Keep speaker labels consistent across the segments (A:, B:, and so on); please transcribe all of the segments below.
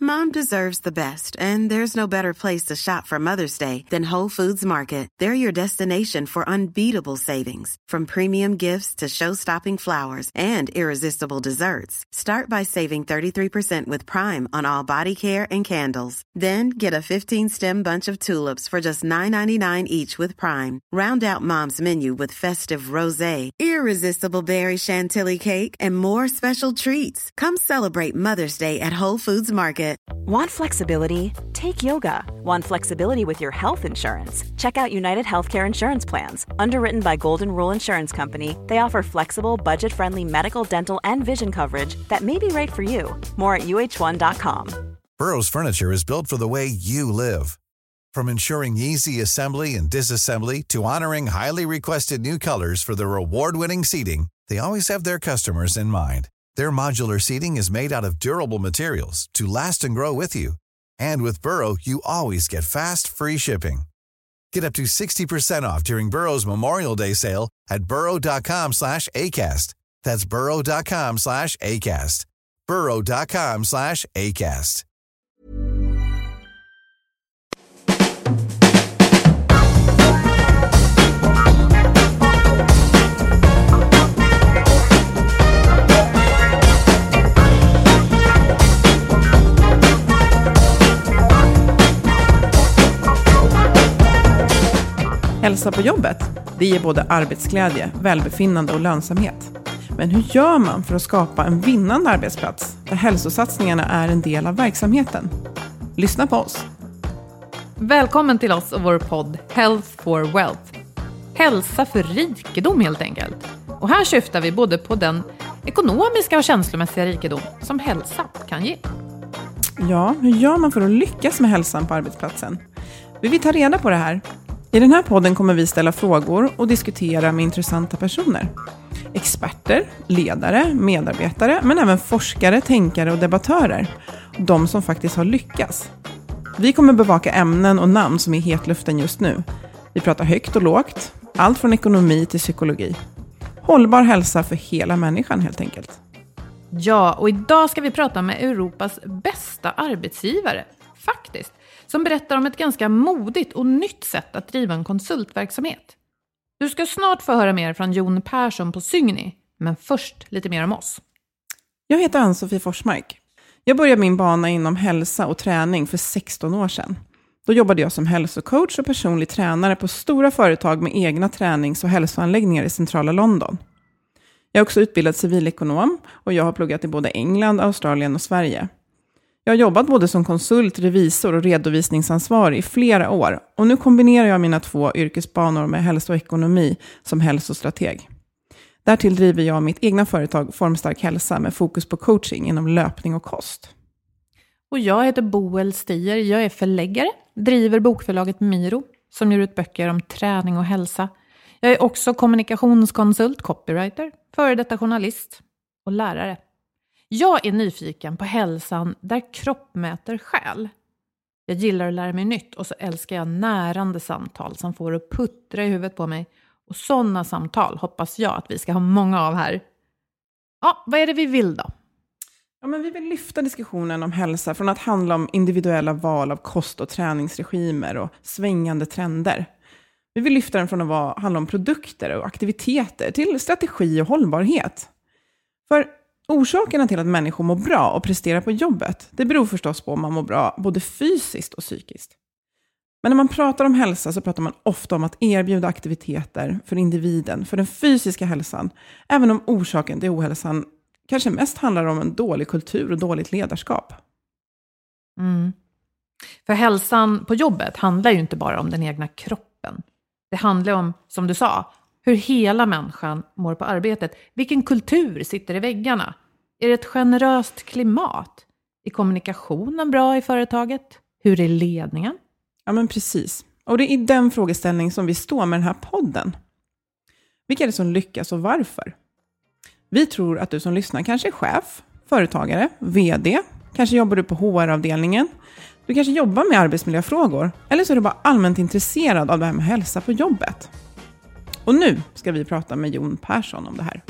A: Mom deserves the best, and there's no better place to shop for Mother's Day than Whole Foods Market. They're your destination for unbeatable savings, from premium gifts to show-stopping flowers and irresistible desserts. Start by saving 33% with Prime on all body care and candles. Then get a 15-stem bunch of tulips for just $9.99 each with Prime. Round out Mom's menu with festive rosé, irresistible berry chantilly cake, and more special treats. Come celebrate Mother's Day at Whole Foods Market.
B: Want flexibility? Take yoga. Want flexibility with your health insurance? Check out United Healthcare Insurance Plans. Underwritten by Golden Rule Insurance Company, they offer flexible, budget-friendly medical, dental, and vision coverage that may be right for you. More at uh1.com.
C: Burrow's furniture is built for the way you live. From ensuring easy assembly and disassembly to honoring highly requested new colors for their award-winning seating, they always have their customers in mind. Their modular seating is made out of durable materials to last and grow with you. And with Burrow, you always get fast, free shipping. Get up to 60% off during Burrow's Memorial Day sale at burrow.com/ACAST. That's burrow.com/ACAST. burrow.com/ACAST.
D: Hälsa på jobbet, det ger både arbetsglädje, välbefinnande och lönsamhet. Men hur gör man för att skapa en vinnande arbetsplats där hälsosatsningarna är en del av verksamheten? Lyssna på oss.
E: Välkommen till oss och vår podd Health for Wealth. Hälsa för rikedom helt enkelt. Och här syftar vi både på den ekonomiska och känslomässiga rikedom som hälsa kan ge.
D: Ja, hur gör man för att lyckas med hälsan på arbetsplatsen? Vi vill ta reda på det här. I den här podden kommer vi ställa frågor och diskutera med intressanta personer. Experter, ledare, medarbetare, men även forskare, tänkare och debattörer. De som faktiskt har lyckats. Vi kommer bevaka ämnen och namn som är i hetluften just nu. Vi pratar högt och lågt, allt från ekonomi till psykologi. Hållbar hälsa för hela människan helt enkelt.
E: Ja, och idag ska vi prata med Europas bästa arbetsgivare, faktiskt. Som berättar om ett ganska modigt och nytt sätt att driva en konsultverksamhet. Du ska snart få höra mer från Jon Persson på Sygni, men först lite mer om oss.
D: Jag heter Ann-Sofie Forsmark. Jag började min bana inom hälsa och träning för 16 år sedan. Då jobbade jag som hälsocoach och personlig tränare på stora företag med egna tränings- och hälsoanläggningar i centrala London. Jag är också utbildad civilekonom och jag har pluggat i både England, Australien och Sverige. Jag har jobbat både som konsult, revisor och redovisningsansvarig i flera år. Och nu kombinerar jag mina 2 yrkesbanor med hälsa och ekonomi som hälsostrateg. Därtill driver jag mitt egna företag Formstark hälsa med fokus på coaching inom löpning och kost.
E: Och jag heter Boel Stier, jag är förläggare, driver bokförlaget Miro som ger ut böcker om träning och hälsa. Jag är också kommunikationskonsult, copywriter, före detta journalist och lärare. Jag är nyfiken på hälsan där kropp mäter själ. Jag gillar att lära mig nytt och så älskar jag närande samtal som får att puttra i huvudet på mig. Och sådana samtal hoppas jag att vi ska ha många av här. Ja, vad är det vi vill då?
D: Ja, men vi vill lyfta diskussionen om hälsa från att handla om individuella val av kost- och träningsregimer och svängande trender. Vi vill lyfta den från att handla om produkter och aktiviteter till strategi och hållbarhet. För orsakerna till att människor mår bra och presterar på jobbet, det beror förstås på om man mår bra både fysiskt och psykiskt. Men när man pratar om hälsa så pratar man ofta om att erbjuda aktiviteter för individen, för den fysiska hälsan, även om orsaken till ohälsan kanske mest handlar om en dålig kultur och dåligt ledarskap.
E: För hälsan på jobbet handlar ju inte bara om den egna kroppen. Det handlar om, som du sa, hur hela människan mår på arbetet. Vilken kultur sitter i väggarna? Är det ett generöst klimat? Är kommunikationen bra i företaget? Hur är ledningen?
D: Ja, men precis. Och det är i den frågeställning som vi står med den här podden. Vilka är det som lyckas och varför? Vi tror att du som lyssnar kanske är chef, företagare, vd. Kanske jobbar du på HR-avdelningen. Du kanske jobbar med arbetsmiljöfrågor. Eller så är du bara allmänt intresserad av det här med hälsa på jobbet. Och nu ska vi prata med Jon Persson om det här.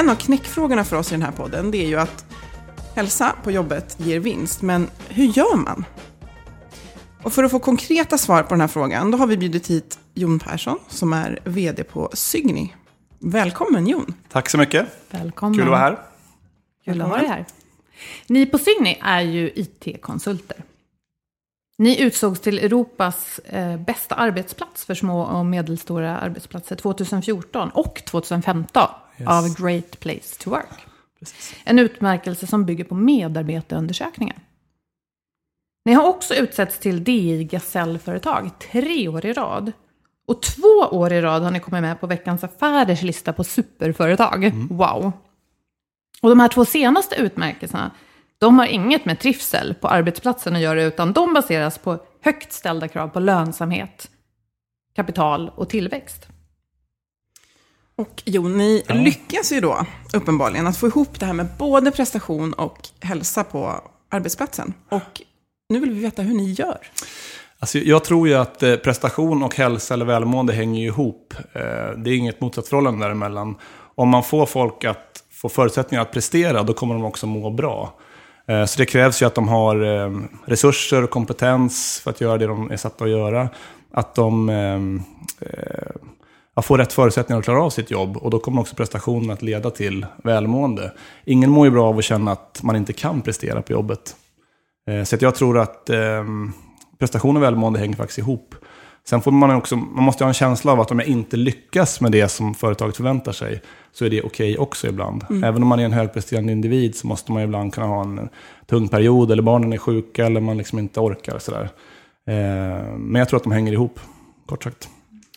D: en av knäckfrågorna för oss i den här podden, det är ju att hälsa på jobbet ger vinst, men hur gör man? Och för att få konkreta svar på den här frågan, då har vi bjudit hit Jon Persson som är vd på Sygni. Välkommen Jon.
F: Tack så mycket.
E: Välkommen.
F: Kul att vara här.
E: Kul att ha dig här. Ni på Sygni är ju IT-konsulter. Ni utsågs till Europas bästa arbetsplats för små och medelstora arbetsplatser 2014 och 2015 av Great Place to Work.
F: Precis. En
E: En utmärkelse som bygger på medarbetarundersökningar. Ni har också utsetts till DI Gasellföretag 3 år i rad. Och 2 år i rad har ni kommit med på Veckans Affärers lista på superföretag. Wow! Och de här 2 senaste utmärkelserna, de har inget med trivsel på arbetsplatsen att göra, utan de baseras på högt ställda krav på lönsamhet, kapital och tillväxt.
D: Och Jon, ni lyckas ju då uppenbarligen att få ihop det här med både prestation och hälsa på arbetsplatsen. Och nu vill vi veta hur ni gör.
F: Alltså, jag tror ju att prestation och hälsa eller välmående hänger ihop. Det är inget motsatsförhållande däremellan. Om man får folk att få förutsättningar att prestera, då kommer de också må bra. Så det krävs ju att de har resurser och kompetens för att göra det de är satta att göra. Att de får rätt förutsättningar att klara av sitt jobb. Och då kommer också prestationen att leda till välmående. Ingen mår ju bra av att känna att man inte kan prestera på jobbet. Så att jag tror att prestation och välmående hänger faktiskt ihop. Sen får man måste ha en känsla av att om jag inte lyckas med det som företaget förväntar sig, så är det okej också ibland. Även om man är en högpresterande individ så måste man ibland kunna ha en tung period, eller barnen är sjuka eller man liksom inte orkar. Sådär. Men jag tror att de hänger ihop, kort sagt.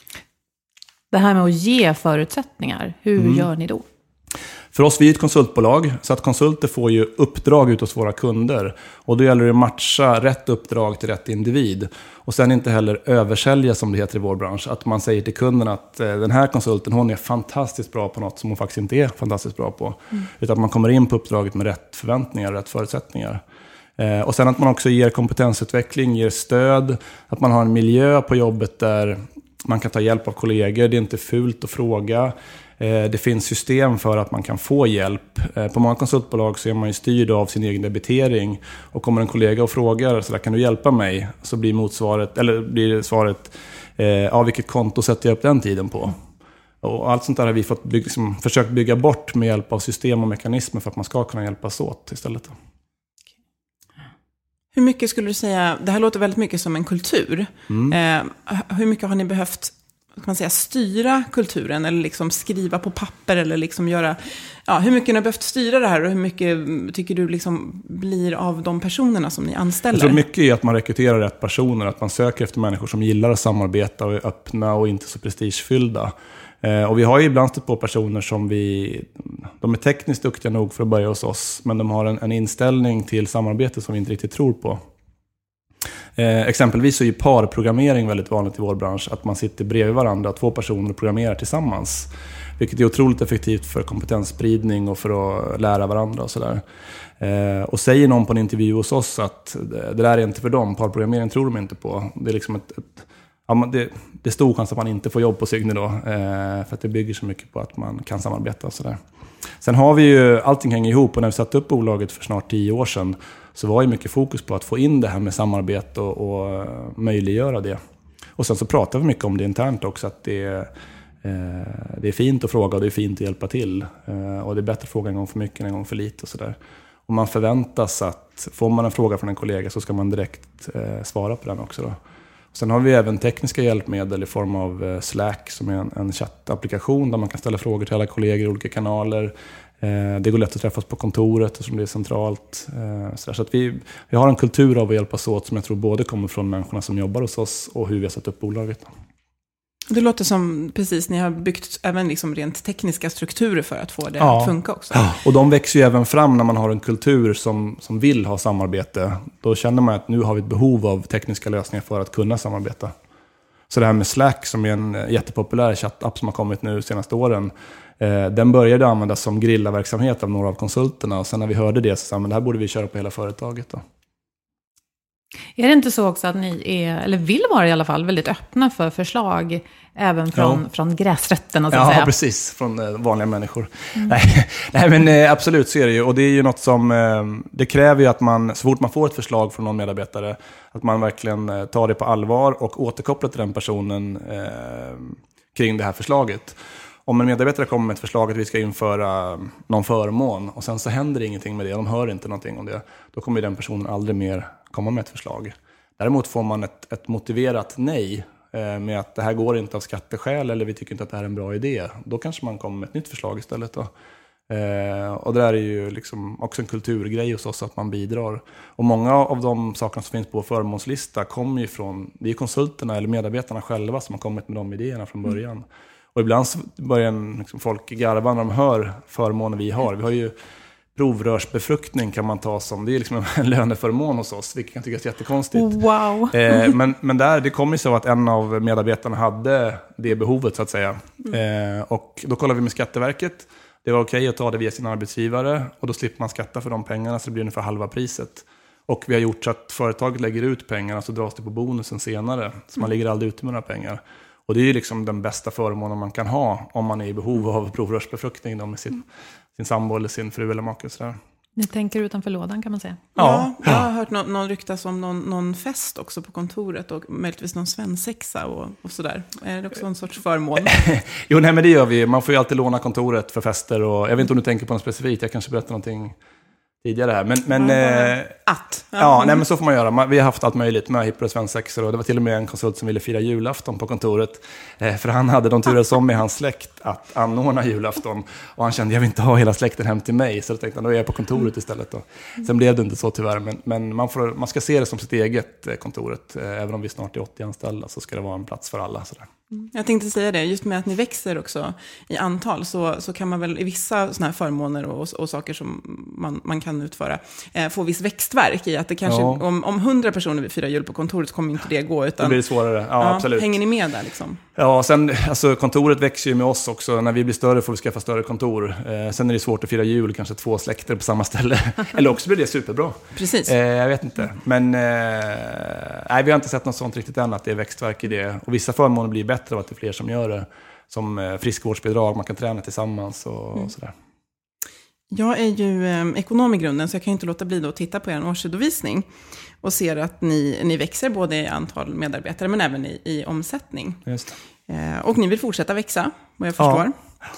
E: Det här med att ge förutsättningar, hur gör ni då?
F: För oss, vi är ett konsultbolag, så att konsulter får ju uppdrag ut hos våra kunder. Och då gäller det att matcha rätt uppdrag till rätt individ. Och sen inte heller översälja, som det heter i vår bransch. Att man säger till kunden att den här konsulten, hon är fantastiskt bra på något som hon faktiskt inte är fantastiskt bra på. Utan att man kommer in på uppdraget med rätt förväntningar och rätt förutsättningar. Och sen att man också ger kompetensutveckling, ger stöd. Att man har en miljö på jobbet där man kan ta hjälp av kollegor. Det är inte fult att fråga. Det finns system för att man kan få hjälp. På många konsultbolag så är man ju styrd av sin egen debitering. Och kommer en kollega och frågar, så där, kan du hjälpa mig? Så blir svaret, vilket konto sätter jag upp den tiden på? Och allt sånt där har vi fått försökt bygga bort med hjälp av system och mekanismer för att man ska kunna hjälpas åt istället.
D: Hur mycket skulle du säga, det här låter väldigt mycket som en kultur. Hur mycket har ni behövt, kan man säga, styra kulturen eller liksom skriva på papper eller liksom göra, hur mycket ni har behövt styra det här och hur mycket tycker du liksom blir av de personerna som ni anställer?
F: Jag tror mycket är att man rekryterar rätt personer, att man söker efter människor som gillar att samarbeta och är öppna och inte så prestigefyllda. Och vi har ju ibland stött på personer som de är tekniskt duktiga nog för att börja hos oss, men de har en inställning till samarbete som vi inte riktigt tror på. Exempelvis så är ju parprogrammering väldigt vanligt i vår bransch, att man sitter bredvid varandra, 2 personer och programmerar tillsammans. Vilket är otroligt effektivt för kompetensspridning och för att lära varandra och sådär. Och säger någon på en intervju hos oss att det där är inte för dem, parprogrammering tror de inte på. Det är liksom det är stor chans att man inte får jobb på Sygni då, för att det bygger så mycket på att man kan samarbeta och sådär. Sen har vi ju, allting hänger ihop, och när vi satte upp bolaget för snart 10 år sedan så var ju mycket fokus på att få in det här med samarbete och möjliggöra det. Och sen så pratar vi mycket om det internt också, att det är fint att fråga och det är fint att hjälpa till. Och det är bättre att fråga en gång för mycket än en gång för lite och sådär. Och man förväntas att, får man en fråga från en kollega så ska man direkt svara på den också då. Sen har vi även tekniska hjälpmedel i form av Slack, som är en chattapplikation där man kan ställa frågor till alla kollegor i olika kanaler. Det går lätt att träffas på kontoret eftersom det är centralt. Så att vi har en kultur av att hjälpas åt som jag tror både kommer från människorna som jobbar hos oss och hur vi har satt upp bolaget.
D: Det låter som precis, ni har byggt även liksom rent tekniska strukturer för att få det att funka också.
F: Ja, och de växer ju även fram när man har en kultur som vill ha samarbete. Då känner man att nu har vi ett behov av tekniska lösningar för att kunna samarbeta. Så det här med Slack, som är en jättepopulär chattapp som har kommit nu de senaste åren, den började användas som grillaverksamhet av några av konsulterna. Och sen när vi hörde det så sa vi, men det här borde vi köra på hela företaget då.
E: Är det inte så också att ni är, eller vill vara i alla fall, väldigt öppna för förslag även från gräsrötterna så att säga?
F: Ja, precis. Från vanliga människor. Nej, men absolut så är det ju. Och det är ju något som, det kräver ju att man, så fort man får ett förslag från någon medarbetare, att man verkligen tar det på allvar och återkopplar till den personen kring det här förslaget. Om en medarbetare kommer med ett förslag att vi ska införa någon förmån och sen så händer ingenting med det, de hör inte någonting om det, då kommer den personen aldrig mer komma med ett förslag. Däremot får man ett motiverat nej med att det här går inte av skatteskäl eller vi tycker inte att det här är en bra idé. Då kanske man kommer med ett nytt förslag istället då. Och det där är ju liksom också en kulturgrej hos oss att man bidrar. Och många av de sakerna som finns på förmånslista kommer ju från, det är konsulterna eller medarbetarna själva som har kommit med de idéerna från början. Och ibland så börjar liksom folk garva när de hör förmåner vi har. Vi har ju provrörsbefruktning kan man ta som, det är liksom en löneförmån hos oss, vilket kan tyckas jättekonstigt.
E: Wow.
F: Men där, det kom ju så att en av medarbetarna hade det behovet så att säga. Och då kollade vi med Skatteverket. Det var okej att ta det via sin arbetsgivare och då slipper man skatta för de pengarna så det blir ungefär halva priset. Och vi har gjort så att företaget lägger ut pengarna så dras det på bonusen senare. Så man ligger aldrig ute med några pengar. Och det är ju liksom den bästa förmånen man kan ha om man är i behov av provrörsbefruktning då med sin sambo eller sin fru eller make och sådär.
E: Ni tänker utanför lådan kan man säga.
D: Ja, jag har hört någon ryktas om någon fest också på kontoret och möjligtvis någon svensexa och sådär. Är det också en sorts förmån?
F: Jo, nej men det gör vi. Man får ju alltid låna kontoret för fester och jag vet inte om du tänker på något specifikt. Jag kanske berättar någonting tidigare här. Nej men så får man göra. Vi har haft allt möjligt med hippor och svensexor och det var till och med en konsult som ville fira julafton på kontoret. För han hade de turades om med hans släkt att anordna julafton och han kände jag vill inte ha hela släkten hem till mig så då tänkte han då är jag på kontoret istället då. Sen blev det inte så tyvärr men man ska se det som sitt eget kontoret. Även om vi snart är 80 anställda så ska det vara en plats för alla sådär.
D: Jag tänkte säga det, just med att ni växer också i antal så kan man väl i vissa såna här förmåner och saker som man kan utföra få viss växtverk i att det kanske om 100 personer vill fira jul på kontoret kommer inte det gå utan
F: det blir svårare, ja absolut.
D: Hänger ni med där liksom?
F: Ja, sen alltså kontoret växer ju med oss också. När vi blir större får vi skaffa större kontor. Sen är det svårt att fira jul, kanske 2 släkter på samma ställe. Eller också blir det superbra.
D: Precis.
F: Jag vet inte. Men nej, vi har inte sett något sånt riktigt än att det är växtverk i det. Och vissa förmåner blir bättre av att det är fler som gör det. Som friskvårdsbidrag, man kan träna tillsammans och sådär.
D: Jag är ju ekonom i grunden så jag kan inte låta bli att titta på er årsredovisning och ser att ni växer både i antal medarbetare men även i omsättning.
F: Just det.
D: Och ni vill fortsätta växa, vad jag förstår.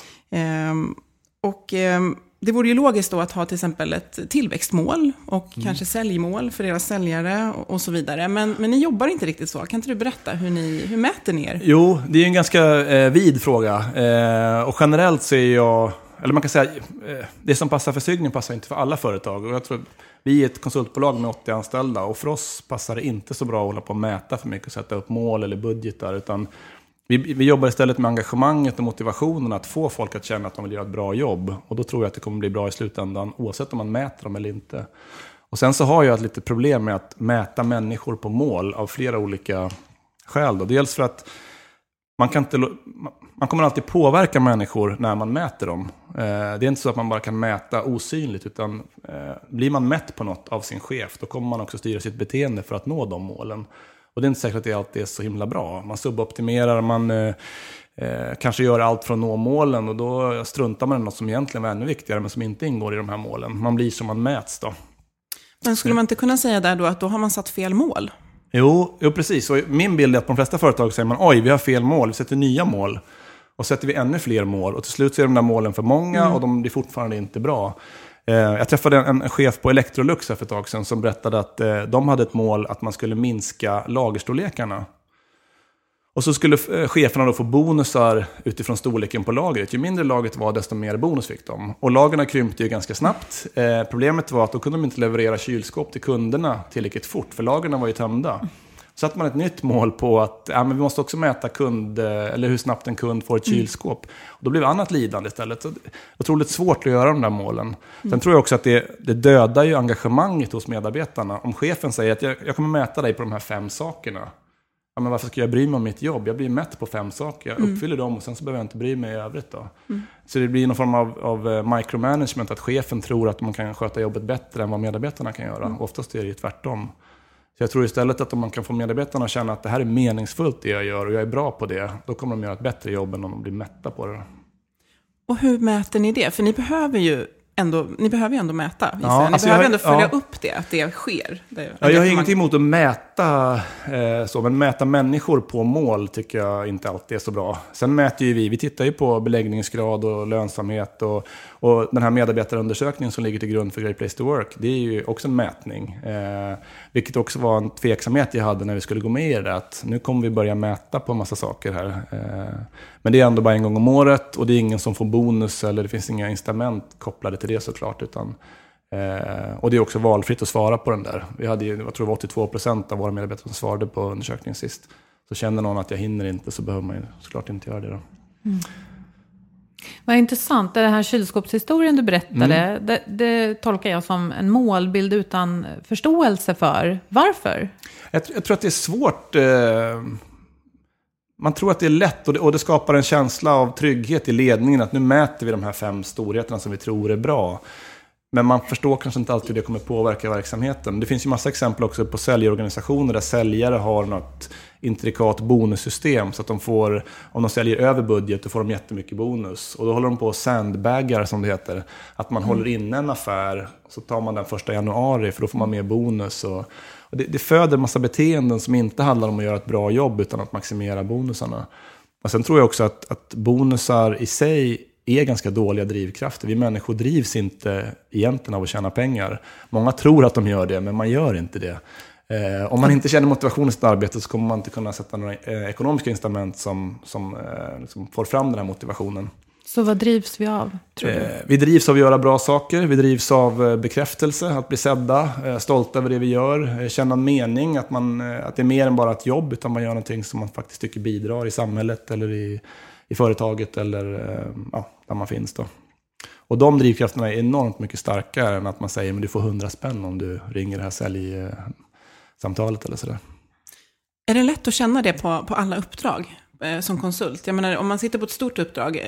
D: Det vore ju logiskt då att ha till exempel ett tillväxtmål och kanske säljmål för era säljare och så vidare. Men ni jobbar inte riktigt så. Kan inte du berätta hur mäter ni er? Jo,
F: det är en ganska vid fråga. Och generellt så är jag... Eller man kan säga, det som passar för Sygning passar inte för alla företag. Och jag tror vi är ett konsultbolag med 80 anställda och för oss passar det inte så bra att hålla på och mäta för mycket och sätta upp mål eller budgetar. Utan vi jobbar istället med engagemanget och motivationen att få folk att känna att de vill göra ett bra jobb. Och då tror jag att det kommer bli bra i slutändan oavsett om man mäter dem eller inte. Och sen så har jag ett litet problem med att mäta människor på mål av flera olika skäl. Då. Dels för att man kommer alltid påverka människor när man mäter dem. Det är inte så att man bara kan mäta osynligt utan blir man mätt på något av sin chef då kommer man också styra sitt beteende för att nå de målen. Och det är inte säkert att det alltid är så himla bra. Man suboptimerar, man kanske gör allt för att nå målen och då struntar man i något som egentligen var ännu viktigare men som inte ingår i de här målen. Man blir som man mäts då.
D: Men skulle man inte kunna säga där då att då har man satt fel mål?
F: Jo, precis. Och min bild är att på de flesta företag säger man oj, vi har fel mål, vi sätter nya mål. Och sätter vi ännu fler mål och till slut så är de där målen för många och de blir fortfarande inte bra. Jag träffade en chef på Electrolux för ett tag sedan som berättade att de hade ett mål att man skulle minska lagerstorlekarna. Och så skulle cheferna då få bonusar utifrån storleken på lagret. Ju mindre lagret var desto mer bonus fick de. Och lagerna krympte ju ganska snabbt. Problemet var att då kunde de inte leverera kylskåp till kunderna tillräckligt fort för lagerna var ju tömda. Så satte man ett nytt mål på att men vi måste också mäta eller hur snabbt en kund får ett kylskåp. Och då blev annat lidande istället. Så det är otroligt svårt att göra de där målen. Sen tror jag också att det dödar ju engagemanget hos medarbetarna. Om chefen säger att jag kommer mäta dig på de här 5 sakerna. Ja, men varför ska jag bry mig om mitt jobb? Jag blir mätt på 5 saker. Jag uppfyller dem och sen så behöver jag inte bry mig i övrigt då. Så det blir någon form av micromanagement att chefen tror att man kan sköta jobbet bättre än vad medarbetarna kan göra. Oftast är det ju tvärtom. Så jag tror istället att om man kan få medarbetarna att känna att det här är meningsfullt det jag gör och jag är bra på det, då kommer de göra ett bättre jobb än om de blir mätta på det.
D: Och hur mäter ni det? För ni behöver ju ändå mäta.
F: Ja,
D: ni behöver ändå följa upp det, att det sker.
F: Jag har ingenting emot att mäta, men mäta människor på mål tycker jag inte alltid är så bra. Sen mäter ju vi tittar ju på beläggningsgrad och lönsamhet och den här medarbetarundersökningen som ligger till grund för Great Place to Work, det är ju också en mätning. Vilket också var en tveksamhet jag hade när vi skulle gå med i det, att nu kommer vi börja mäta på en massa saker här. Men det är ändå bara en gång om året och det är ingen som får bonus eller det finns inga incitament kopplade till det såklart. Och det är också valfritt att svara på den där. Vi hade ju, jag tror det var 82% av våra medarbetare som svarade på undersökningen sist. Så känner någon att jag hinner inte så behöver man ju såklart inte göra det då.
E: Vad intressant, det här kylskåpshistorien du berättade, det tolkar jag som en målbild utan förståelse för. Varför?
F: Jag tror att det är svårt. Man tror att det är lätt och det skapar en känsla av trygghet i ledningen att nu mäter vi de här 5 storheterna som vi tror är bra. Men man förstår kanske inte alltid hur det kommer påverka verksamheten. Det finns ju massa exempel också på säljorganisationer där säljare har något intrikat bonussystem så att de får, om de säljer över budget, då får de jättemycket bonus. Och då håller de på sandbaggar som det heter. Att man håller inne en affär så tar man den 1 januari för då får man mer bonus. Och det föder en massa beteenden som inte handlar om att göra ett bra jobb utan att maximera bonusarna. Och sen tror jag också att bonusar i sig är ganska dåliga drivkrafter. Vi människor drivs inte egentligen av att tjäna pengar. Många tror att de gör det, men man gör inte det. Om man inte känner motivation i sitt arbete så kommer man inte kunna sätta några ekonomiska incitament som liksom får fram den här motivationen.
E: Så vad drivs vi av, tror du?
F: Vi drivs av att göra bra saker. Vi drivs av bekräftelse, att bli sedda, stolta över det vi gör. Känna mening, att det är mer än bara ett jobb, utan man gör någonting som man faktiskt tycker bidrar i samhället eller i företaget eller där man finns då. Och de drivkrafterna är enormt mycket starkare än att man säger men du får 100 spänn om du ringer det här säljsamtalet eller sådär.
D: Är det lätt att känna det på alla uppdrag som konsult? Jag menar, om man sitter på ett stort uppdrag,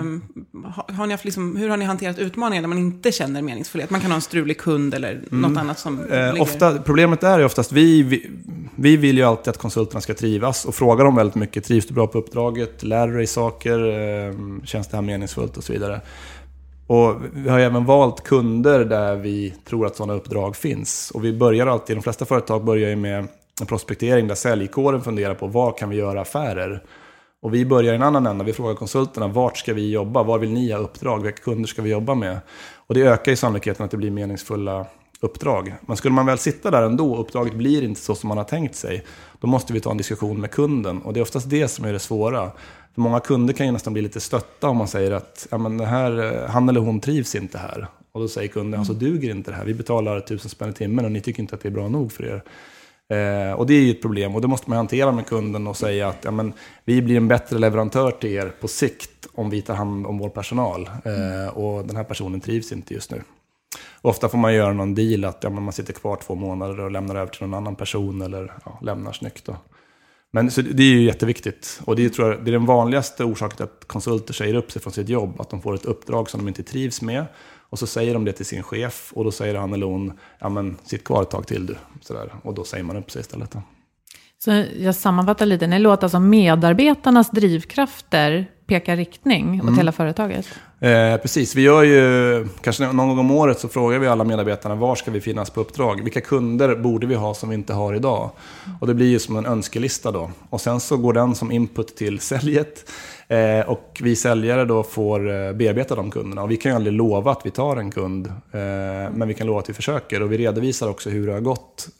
D: har ni haft hur har ni hanterat utmaningar där man inte känner meningsfullhet? Man kan ha en strulig kund eller något annat som ligger...
F: Problemet är ju oftast, vi vill ju alltid att konsulterna ska trivas och frågar dem väldigt mycket. Trivs du bra på uppdraget? Lär du dig saker? Känns det här meningsfullt? Och så vidare. Och vi har även valt kunder där vi tror att sådana uppdrag finns. Och vi börjar alltid, de flesta företag börjar ju med en prospektering där säljkåren funderar på vad kan vi göra affärer. Och vi börjar i en annan ända. Vi frågar konsulterna, vart ska vi jobba? Var vill ni ha uppdrag? Vilka kunder ska vi jobba med? Och det ökar ju sannolikheten att det blir meningsfulla uppdrag. Men skulle man väl sitta där ändå, uppdraget blir inte så som man har tänkt sig, då måste vi ta en diskussion med kunden. Och det är oftast det som är det svåra. För många kunder kan ju nästan bli lite stötta om man säger att det här, han eller hon trivs inte här. Och då säger kunden, alltså duger inte det här. Vi betalar 1000 spänn i timmen och ni tycker inte att det är bra nog för er. Och det är ju ett problem och det måste man hantera med kunden och säga att vi blir en bättre leverantör till er på sikt om vi tar hand om vår personal. Och den här personen trivs inte just nu. Ofta får man göra någon deal att man sitter kvar 2 månader och lämnar över till någon annan person eller lämnar snyggt då. Men så det är ju jätteviktigt och det tror jag, det är den vanligaste orsaken till att konsulter säger upp sig från sitt jobb, att de får ett uppdrag som de inte trivs med och så säger de det till sin chef och då säger han eller hon, sitt kvar ett tag till du, sådär, och då säger man upp sig istället då.
E: Så jag sammanfattar lite, det låter som medarbetarnas drivkrafter pekar riktning åt hela företaget.
F: Precis, vi gör ju kanske någon gång om året så frågar vi alla medarbetarna var ska vi finnas på uppdrag? Vilka kunder borde vi ha som vi inte har idag? Och det blir ju som en önskelista då. Och sen så går den som input till säljet och vi säljare då får bearbeta de kunderna. Och vi kan ju aldrig lova att vi tar en kund, men vi kan lova att vi försöker. Och vi redovisar också hur det har gått.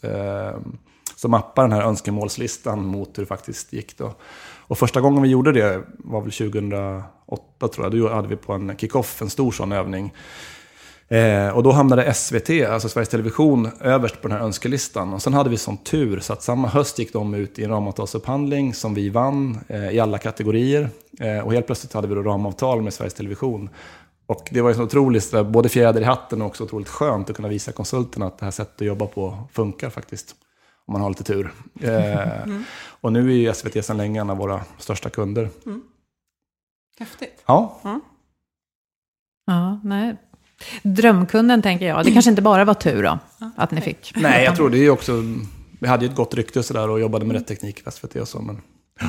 F: Så mappar den här önskemålslistan mot hur det faktiskt gick då. Och första gången vi gjorde det var väl 2008 tror jag. Då hade vi på en kick-off en stor sån övning. Och då hamnade SVT, alltså Sveriges Television, överst på den här önskelistan. Och sen hade vi sån tur så att samma höst gick de ut i en ramavtalsupphandling som vi vann i alla kategorier. Och helt plötsligt hade vi då ramavtal med Sveriges Television. Och det var ju så otroligt, både fjäder i hatten och också otroligt skönt att kunna visa konsulterna att det här sättet att jobba på funkar faktiskt. Om man har lite tur. Och nu är ju SVT sedan länge en av våra största kunder.
D: Häftigt.
F: Ja.
E: Ja, nej. Drömkunden tänker jag. Det kanske inte bara var tur då, att ni fick.
F: Nej, jag tror det är också vi hade ju ett gott rykte så där och jobbade med rätt teknik i SVT och så. Men,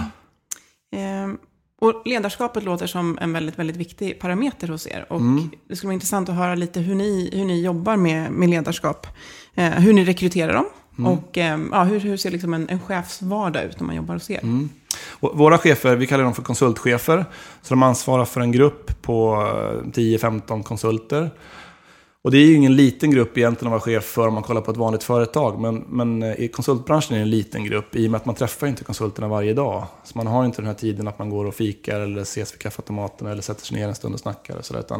D: och ledarskapet låter som en väldigt, väldigt viktig parameter hos er. Och det skulle vara intressant att höra lite hur ni jobbar med ledarskap. Hur ni rekryterar dem. Och hur ser liksom en chefsvardag ut när man jobbar hos er?
F: Och våra chefer, vi kallar dem för konsultchefer. Så de ansvarar för en grupp på 10-15 konsulter. Och det är ju ingen liten grupp egentligen att vara chef för om man kollar på ett vanligt företag. Men i konsultbranschen är det en liten grupp i och med att man träffar inte konsulterna varje dag. Så man har inte den här tiden att man går och fikar eller ses vid kaffeautomaten eller sätter sig ner en stund och snackar. Och sådär,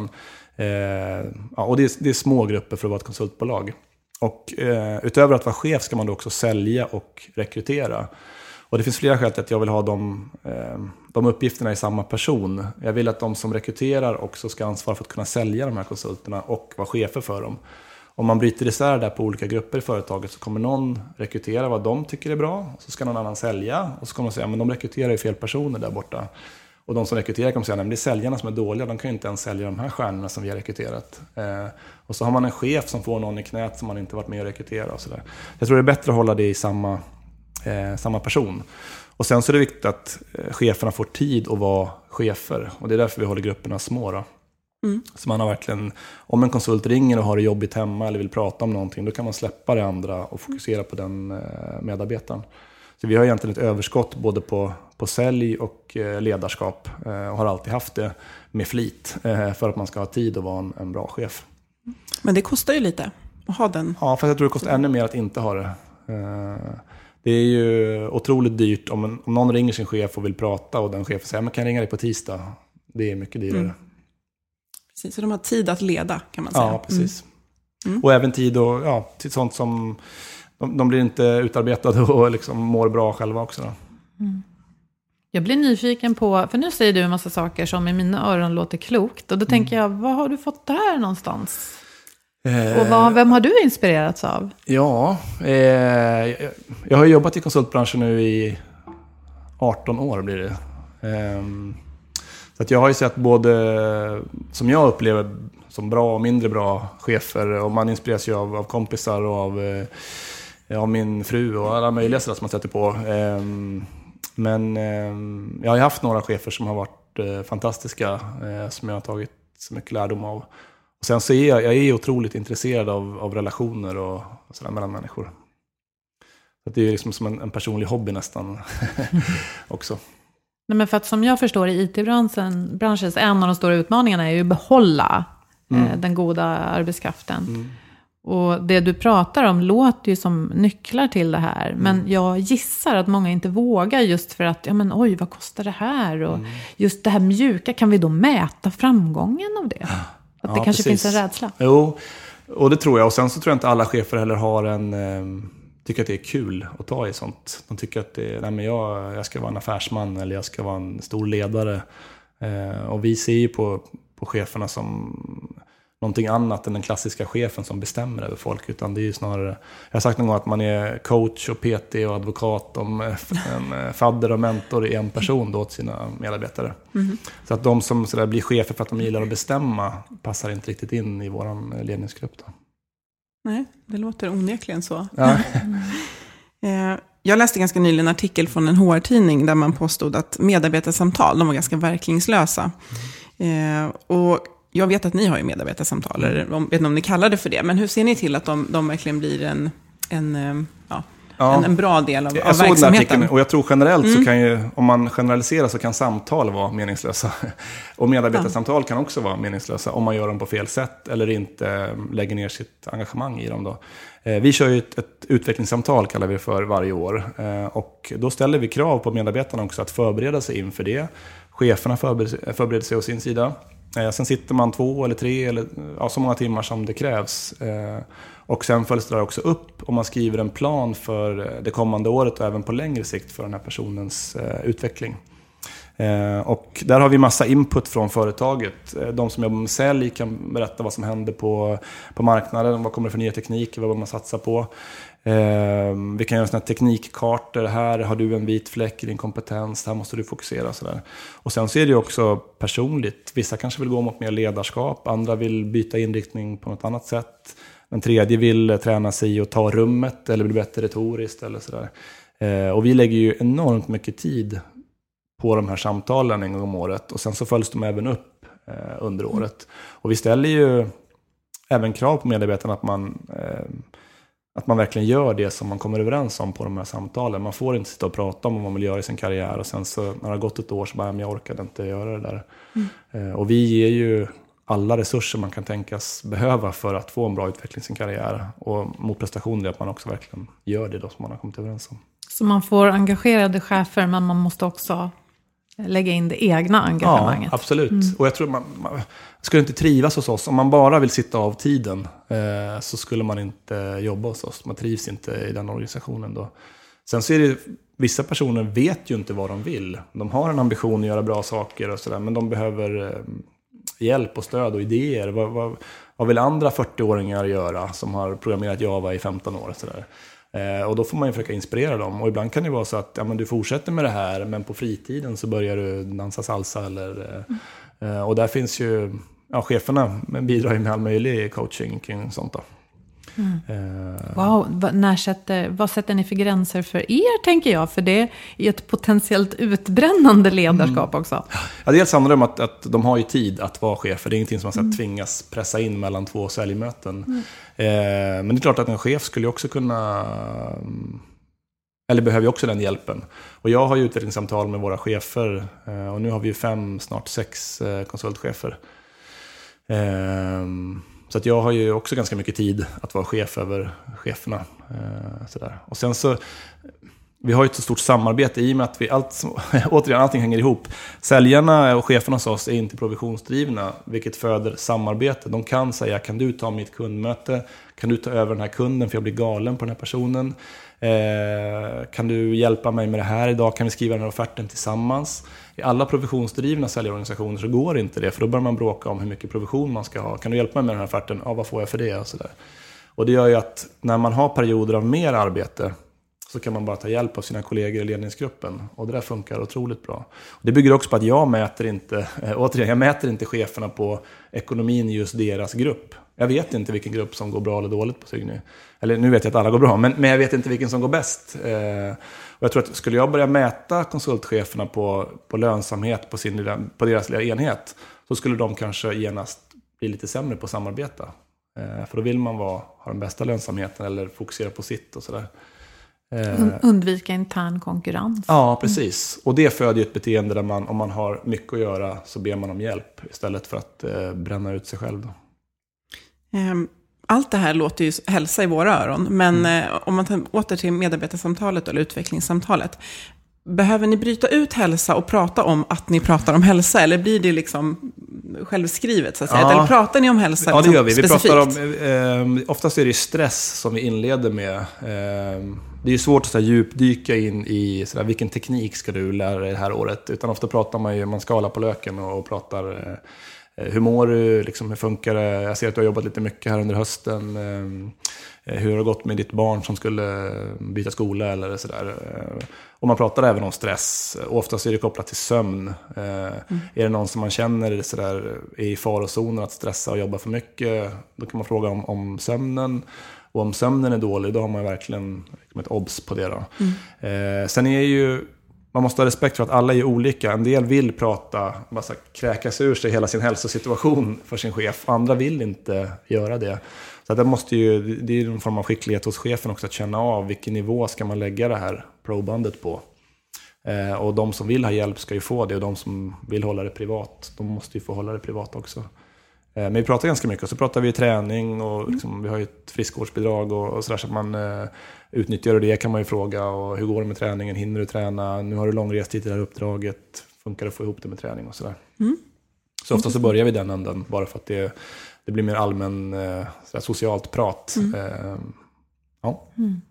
F: och det är små grupper för att vara ett konsultbolag. Och utöver att vara chef ska man då också sälja och rekrytera. Och det finns flera skäl till att jag vill ha de uppgifterna i samma person. Jag vill att de som rekryterar också ska ansvara för att kunna sälja de här konsulterna och vara chefer för dem. Om man bryter isär där på olika grupper i företaget så kommer någon rekrytera vad de tycker är bra. Så ska någon annan sälja och så kommer de säga men de rekryterar ju fel personer där borta. Och de som rekryterar kommer säga nej, men det är säljarna som är dåliga. De kan ju inte ens sälja de här stjärnorna som vi har rekryterat. Och så har man en chef som får någon i knät som man inte varit med och rekrytera. Och så där. Jag tror det är bättre att hålla det i samma person. Och sen så är det viktigt att cheferna får tid att vara chefer. Och det är därför vi håller grupperna små då. Så man har verkligen, om en konsult ringer och har det jobbigt hemma eller vill prata om någonting, då kan man släppa det andra och fokusera på den medarbetaren. Så vi har egentligen ett överskott både på sälj och ledarskap och har alltid haft det med flit för att man ska ha tid att vara en bra chef.
D: Men det kostar ju lite att ha den.
F: Ja, för jag tror det kostar ännu mer att inte ha det. Det är ju otroligt dyrt om någon ringer sin chef och vill prata och den chefen säger man kan ringa dig på tisdag. Det är mycket dyrare.
D: Precis, så de har tid att leda kan man säga.
F: Ja, precis. Och även tid och till sånt som de blir inte utarbetade och liksom mår bra själva också. Då.
E: Jag blir nyfiken på, för nu säger du en massa saker som i mina öron låter klokt. Och då tänker jag, vad har du fått det här någonstans? Och vem har du inspirerats av?
F: Ja, jag har jobbat i konsultbranschen nu i 18 år blir det. Så att jag har ju sett både, som jag upplever, som bra och mindre bra chefer. Och man inspireras ju av kompisar och av min fru och alla möjliga sådär som man sätter på. Men jag har ju haft några chefer som har varit fantastiska, som jag har tagit så mycket lärdom av. Och sen så är jag otroligt intresserad av relationer och sådär mellan människor. Så det är liksom som en personlig hobby nästan också.
E: Nej, men för att som jag förstår i IT-branschen, en av de stora utmaningarna är ju att behålla den goda arbetskraften. Och det du pratar om låter ju som nycklar till det här. Men jag gissar att många inte vågar just för att, oj, vad kostar det här? Och just det här mjuka, kan vi då mäta framgången av det? Att det kanske finns en rädsla.
F: Jo, och det tror jag. Och sen så tror jag inte alla chefer heller har tycker att det är kul att ta i sånt. De tycker att jag ska vara en affärsman eller jag ska vara en stor ledare. Och vi ser ju på cheferna som någonting annat än den klassiska chefen som bestämmer över folk. Utan det är ju snarare, jag har sagt någon gång att man är coach och PT och advokat, en fadder och mentor i en person då åt sina medarbetare. Så att de som så där blir chefer för att de gillar att bestämma passar inte riktigt in i våran ledningsgrupp då.
D: Nej, det låter onekligen så.
F: Ja.
D: Jag läste ganska nyligen en artikel från en HR-tidning där man påstod att medarbetarsamtal, de var ganska verkningslösa. Och jag vet att ni har ju medarbetarsamtal, eller jag vet inte om ni kallar det för det, men hur ser ni till att de verkligen blir en bra del av verksamheten?
F: Och jag tror generellt så kan ju, om man generaliserar så kan samtal vara meningslösa. Och medarbetarsamtal kan också vara meningslösa om man gör dem på fel sätt eller inte lägger ner sitt engagemang i dem då. Vi kör ju ett utvecklingssamtal kallar vi det för varje år. Och då ställer vi krav på medarbetarna också att förbereda sig inför det. Cheferna förbereder sig å sin sida. Sen sitter man 2 eller 3 eller så många timmar som det krävs. Och sen följs det också upp om man skriver en plan för det kommande året och även på längre sikt för den här personens utveckling. Och där har vi massa input från företaget. De som jobbar med sälj kan berätta vad som händer på marknaden, vad kommer det för nya tekniker, vad man satsar på. Vi kan göra såna här teknikkartor. Här har du en vit fläck i din kompetens, här måste du fokusera. Sådär. Och sen så är det ju också personligt. Vissa kanske vill gå mot mer ledarskap, andra vill byta inriktning på något annat sätt. En tredje vill träna sig i att ta rummet eller bli bättre retoriskt eller sådär. Och vi lägger ju enormt mycket tid på de här samtalen en gång om året. Och sen så följs de även upp under året. Och vi ställer ju även krav på medarbetarna att man verkligen gör det som man kommer överens om på de här samtalen. Man får inte sitta och prata om vad man vill göra i sin karriär. Och sen så när det har gått ett år så bara, jag orkade inte göra det där. Och vi ger ju alla resurser man kan tänkas behöva för att få en bra utveckling i sin karriär. Och motprestation är att man också verkligen gör det då som man har kommit överens om.
E: Så man får engagerade chefer, men man måste också lägga in det egna engagemanget.
F: Ja, absolut. Och jag tror man skulle inte trivas hos oss. Om man bara vill sitta av tiden så skulle man inte jobba hos oss. Man trivs inte i den organisationen då. Sen så är det, vissa personer vet ju inte vad de vill. De har en ambition att göra bra saker och sådär, men de behöver hjälp och stöd och idéer. Vad vill andra 40-åringar göra som har programmerat Java i 15 år och sådär? Och då får man ju försöka inspirera dem. Och ibland kan det vara så att du fortsätter med det här, men på fritiden så börjar du dansa salsa. Och där finns ju, cheferna bidrar ju med all möjlig coaching kring sånt då.
E: Wow, vad sätter ni för gränser för er, tänker jag? För det är ett potentiellt utbrännande ledarskap också.
F: Ja, dels handlar det om att de har ju tid att vara chefer. Det är ingenting som man tvingas pressa in mellan 2 säljmöten. Men det är klart att en chef skulle också kunna, eller behöver ju också den hjälpen. Och jag har ju utvecklingssamtal med våra chefer. Och nu har vi ju 5, snart 6 konsultchefer. Så att jag har ju också ganska mycket tid att vara chef över cheferna. Sådär. Och sen så, vi har ju ett så stort samarbete i och med att allting hänger ihop. Säljarna och cheferna hos oss är inte provisionsdrivna, vilket föder samarbete. De kan säga, kan du ta mitt kundmöte? Kan du ta över den här kunden för jag blir galen på den här personen? Kan du hjälpa mig med det här idag? Kan vi skriva den här offerten tillsammans? I alla provisionsdrivna säljorganisationer så går inte det, för då börjar man bråka om hur mycket provision man ska ha. Kan du hjälpa mig med den här offerten? Ja, vad får jag för det? Och så där. Och det gör ju att när man har perioder av mer arbete så kan man bara ta hjälp av sina kollegor i ledningsgruppen. Och det där funkar otroligt bra. Och det bygger också på att jag mäter inte cheferna på ekonomin i just deras grupp. Jag vet inte vilken grupp som går bra eller dåligt på Signy. Eller nu vet jag att alla går bra, men jag vet inte vilken som går bäst. Och jag tror att skulle jag börja mäta konsultcheferna på lönsamhet på deras lilla enhet, så skulle de kanske genast bli lite sämre på att samarbeta. För då vill man ha den bästa lönsamheten eller fokusera på sitt och sådär.
E: Undvika intern konkurrens.
F: Ja, precis. Och det föder ju ett beteende där om man har mycket att göra så ber man om hjälp istället för att bränna ut sig själv.
D: Allt det här låter ju hälsa i våra öron, men om man tar åter till medarbetarsamtalet eller utvecklingssamtalet, behöver ni bryta ut hälsa och prata om att ni pratar om hälsa, eller blir det liksom självskrivet så att säga? Eller pratar ni om hälsa?
F: Ja, det gör vi. Vi
D: specifikt?
F: Pratar om, oftast är det stress som vi inleder med. Det är ju svårt att djupdyka in i vilken teknik ska du lära dig det här året, utan ofta pratar man skalar på löken och pratar hur mår du, hur funkar det? Jag ser att du har jobbat lite mycket här under hösten. Hur har det gått med ditt barn som skulle byta skola eller sådär. Och man pratar även om stress. Och oftast är det kopplat till sömn. Är det någon som man känner är i farozonen att stressa och jobba för mycket, då kan man fråga om sömnen. Och om sömnen är dålig, då har man verkligen ett obs på det då. Sen är ju, man måste ha respekt för att alla är olika. En del vill prata, bara kräkas ur sig hela sin hälsosituation för sin chef. Andra vill inte göra det. Så det är en form av skicklighet hos chefen också att känna av vilken nivå ska man lägga det här probandet på. Och de som vill ha hjälp ska ju få det, och de som vill hålla det privat, de måste ju få hålla det privat också. Men vi pratar ganska mycket, och så pratar vi träning och vi har ju ett friskvårdsbidrag och sådär, så att man utnyttjar det kan man ju fråga. Och hur går det med träningen? Hinner du träna? Nu har du lång restid till det här uppdraget. Funkar det att få ihop det med träning och sådär? Så ofta så börjar vi den änden bara för att det blir mer allmän socialt prat. Ja.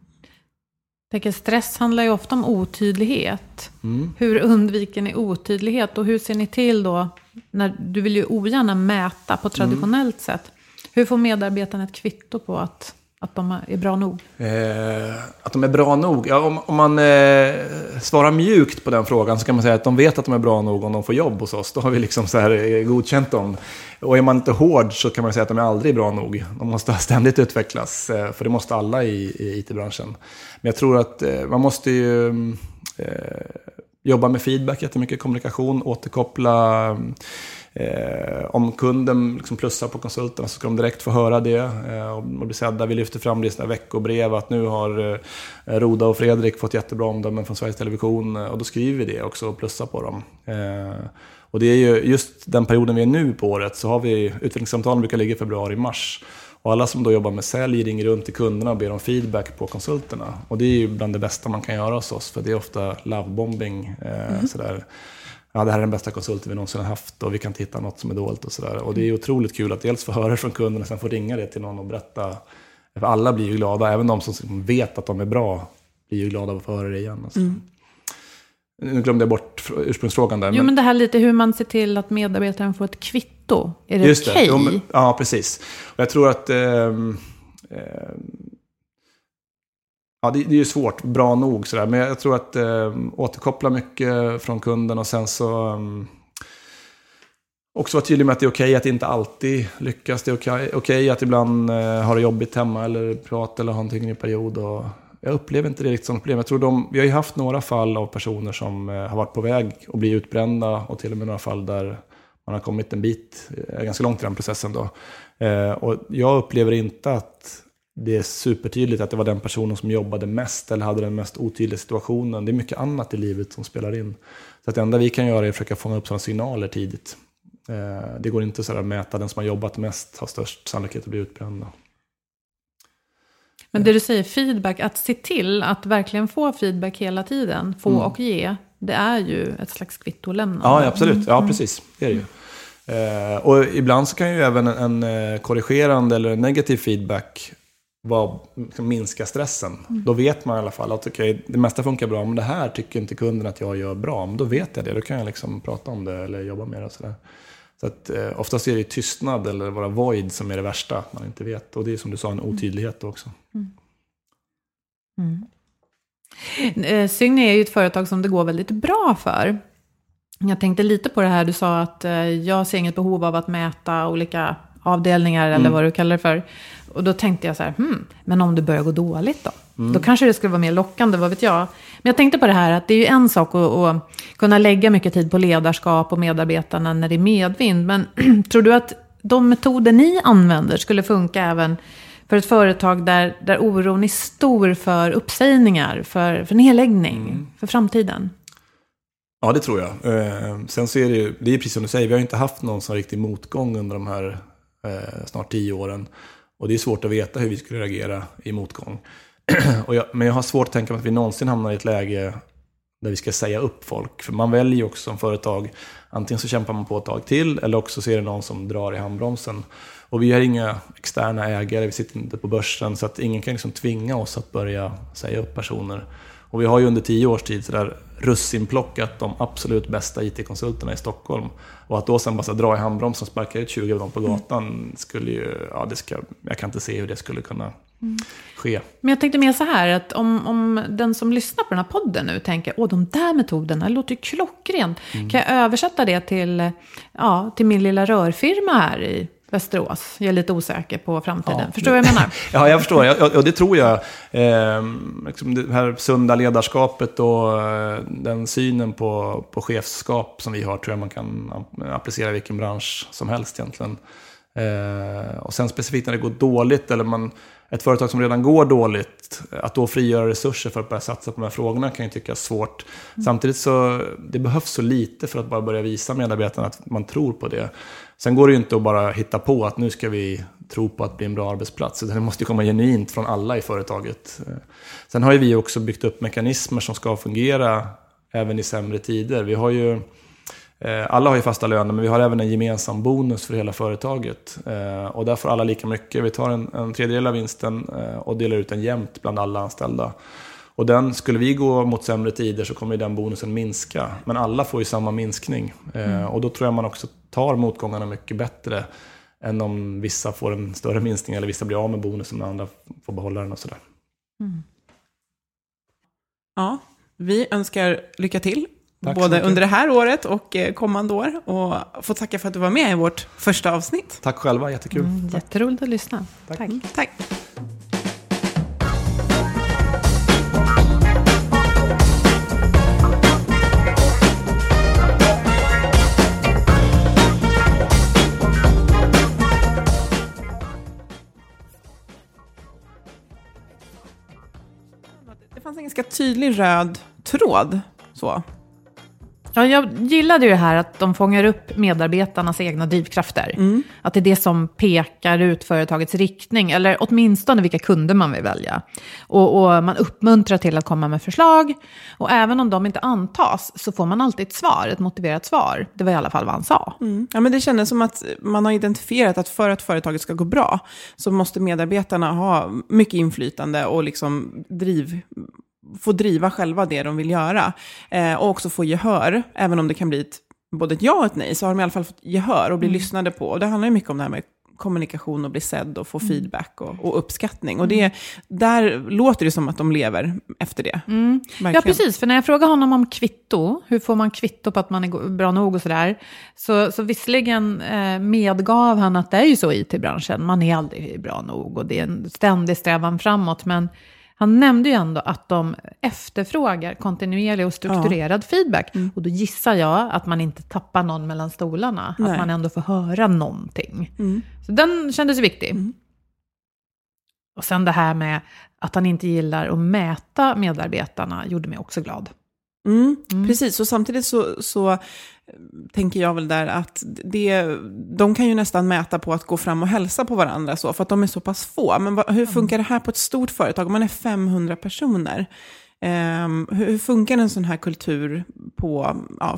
E: Jag stress handlar ju ofta om otydlighet. Hur undviker ni otydlighet, och hur ser ni till då, när du vill ju ogärna mäta på traditionellt sätt, hur får medarbetarna ett kvitto på att att de är bra nog?
F: Att de är bra nog? Ja, om man svarar mjukt på den frågan så kan man säga att de vet att de är bra nog om de får jobb hos oss. Då har vi liksom så här godkänt dem. Och är man inte hård så kan man säga att de är aldrig bra nog. De måste ständigt utvecklas, för det måste alla i IT-branschen. Men jag tror att man måste ju jobba med feedback, jättemycket kommunikation, återkoppla. Om kunden liksom plussar på konsulterna så ska de direkt få höra det och bli sedda. Vi lyfter fram det i sådana veckobrev att nu har Roda och Fredrik fått jättebra omdömen från Sveriges Television, och då skriver vi det också och plussar på dem. Och det är ju just den perioden vi är nu på året, så har vi utvecklingssamtalen brukar ligga i februari-mars. Och alla som då jobbar med sälj ringer runt till kunderna och ber om feedback på konsulterna. Och det är ju bland det bästa man kan göra hos oss, för det är ofta lovebombing. Sådär. Ja, det här är den bästa konsulten vi någonsin har haft och vi kan hitta något som är dåligt och sådär. Och det är otroligt kul att dels få höra från kunderna och sen få ringa det till någon och berätta. För alla blir ju glada, även de som vet att de är bra blir ju glada av att få höra det igen. Alltså. Nu glömde jag bort ursprungsfrågan där.
E: Jo, men det här lite hur man ser till att medarbetaren får ett kvitto. Är det
F: just det.
E: okej?
F: Jo, ja, precis. Och jag tror att ja, det är ju svårt, bra nog sådär. Men jag tror att återkoppla mycket från kunden och sen så också vara tydlig med att det är okej att inte alltid lyckas. Det är okej att ibland ha det jobbigt hemma eller privat eller ha en tyngre period. Och jag upplever inte det riktigt som ett problem. Jag tror vi har ju haft några fall av personer som har varit på väg att bli utbrända och till och med några fall där man har kommit en bit, ganska långt i den processen då. Och jag upplever inte att det är supertydligt att det var den personen som jobbade mest eller hade den mest otydliga situationen. Det är mycket annat i livet som spelar in. Så att det enda vi kan göra är att försöka fånga upp sådana signaler tidigt. Det går inte så att mäta den som har jobbat mest har störst sannolikhet att bli utbränd.
E: Men det du säger, feedback, att se till att verkligen få feedback hela tiden, få och ge, det är ju ett slags kvittolämnande.
F: Ja, absolut. Ja, precis. Det är det ju. Och ibland så kan ju även en korrigerande eller negativ feedback minska stressen. Då vet man i alla fall att okej, det mesta funkar bra, men det här tycker inte kunden att jag gör bra. Men då vet jag det, då kan jag liksom prata om det eller jobba med det och sådär. Så att oftast är det tystnad eller vara void som är det värsta, att man inte vet. Och det är som du sa, en otydlighet också.
E: Sygne är ju ett företag som det går väldigt bra för. Jag tänkte lite på det här, du sa att jag ser inget behov av att mäta olika avdelningar eller vad du kallar det för. Och då tänkte jag så här, men om det börjar gå dåligt då? Då kanske det skulle vara mer lockande, vad vet jag. Men jag tänkte på det här att det är ju en sak att kunna lägga mycket tid på ledarskap och medarbetarna när det är medvind. Men tror du att de metoder ni använder skulle funka även för ett företag där oron är stor för uppsägningar, för nedläggning, för framtiden?
F: Ja, det tror jag. Sen så är det är precis som du säger, vi har inte haft någon sån riktig motgång under de här snart 10 åren. Och det är svårt att veta hur vi skulle reagera i motgång. Men jag har svårt att tänka mig att vi någonsin hamnar i ett läge där vi ska säga upp folk. För man väljer ju också som företag, antingen så kämpar man på ett tag till eller också så är det någon som drar i handbromsen. Och vi har inga externa ägare, vi sitter inte på börsen, så att ingen kan liksom tvinga oss att börja säga upp personer. Och vi har ju under 10 års tid så där russinplockat de absolut bästa IT-konsulterna i Stockholm. Och att då sen bara dra i handbromsen och sparka ut 20 av dem på gatan skulle ju, jag kan inte se hur det skulle kunna ske. Men
E: jag tänkte mer så här, att om den som lyssnar på den här podden nu tänker, de där metoderna låter ju klockrent. Kan jag översätta det till min lilla rörfirma här i Västerås? Jag är lite osäker på framtiden. Ja. Förstår du vad jag menar?
F: Ja, jag förstår. Och det tror jag. Liksom det här sunda ledarskapet och den synen på chefskap som vi har tror jag man kan applicera i vilken bransch som helst egentligen. Och sen specifikt när det går dåligt eller ett företag som redan går dåligt, att då frigöra resurser för att börja satsa på de här frågorna kan ju tyckas svårt. Samtidigt så det behövs så lite för att bara börja visa medarbetarna att man tror på det. Sen går det ju inte att bara hitta på att nu ska vi tro på att bli en bra arbetsplats. Det måste ju komma genuint från alla i företaget. Sen har ju vi också byggt upp mekanismer som ska fungera även i sämre tider. Vi har ju alla har ju fasta löner, men vi har även en gemensam bonus för hela företaget. Och där får alla lika mycket. Vi tar en tredjedel av vinsten och delar ut den jämnt bland alla anställda. Och skulle vi gå mot sämre tider så kommer den bonusen minska. Men alla får ju samma minskning. Och då tror jag man också tar motgångarna mycket bättre än om vissa får en större minskning eller vissa blir av med bonusen och andra får behålla den och sådär.
D: Ja, vi önskar lycka till.
F: Tack så
D: både
F: mycket.
D: under det här året och kommande år. Och får tacka för att du var med i vårt första avsnitt.
F: Tack själva, jättekul.
E: Jätteroligt att lyssna. Tack.
D: Tack. Det fanns en ganska tydlig röd tråd. Så.
E: Ja, jag gillade ju det här att de fångar upp medarbetarnas egna drivkrafter. Att det är det som pekar ut företagets riktning, eller åtminstone vilka kunder man vill välja. Och man uppmuntrar till att komma med förslag. Och även om de inte antas så får man alltid ett svar, ett motiverat svar. Det var i alla fall vad han sa.
D: Ja, men det kändes som att man har identifierat att för att företaget ska gå bra så måste medarbetarna ha mycket inflytande och liksom få driva själva det de vill göra. Och också få gehör, även om det kan bli både ett ja och ett nej, så har de i alla fall fått gehör och bli lyssnade på. Och det handlar ju mycket om det här med kommunikation och bli sedd och få feedback och uppskattning. Och där låter det som att de lever efter det.
E: Ja, precis. För när jag frågar honom om kvitto, hur får man kvitto på att man är bra nog och sådär, så visserligen medgav han att det är ju så i IT-branschen. Man är aldrig bra nog och det är en ständig strävan framåt, men han nämnde ju ändå att de efterfrågar kontinuerlig och strukturerad feedback. Och då gissar jag att man inte tappar någon mellan stolarna.
D: Nej.
E: Att man ändå får höra någonting. Så den kändes viktig. Och sen det här med att han inte gillar att mäta medarbetarna gjorde mig också glad.
D: Precis, och samtidigt så tänker jag väl där att de kan ju nästan mäta på att gå fram och hälsa på varandra så, för att de är så pass få. Men hur funkar det här på ett stort företag? Om man är 500 personer. Hur funkar en sån här kultur på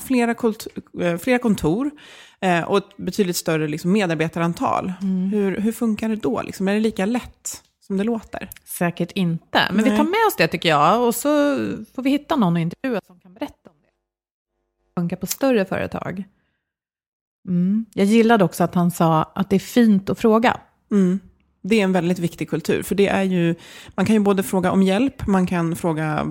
D: flera kontor och ett betydligt större liksom, medarbetarantal? Hur funkar det då? Liksom, är det lika lätt som det låter?
E: Säkert inte. Men vi tar med oss det tycker jag. Och så får vi hitta någon att intervjua som kan berätta om det. Funkar på större företag. Jag gillade också att han sa att det är fint att fråga.
D: Det är en väldigt viktig kultur. För det är ju, man kan ju både fråga om hjälp, man kan fråga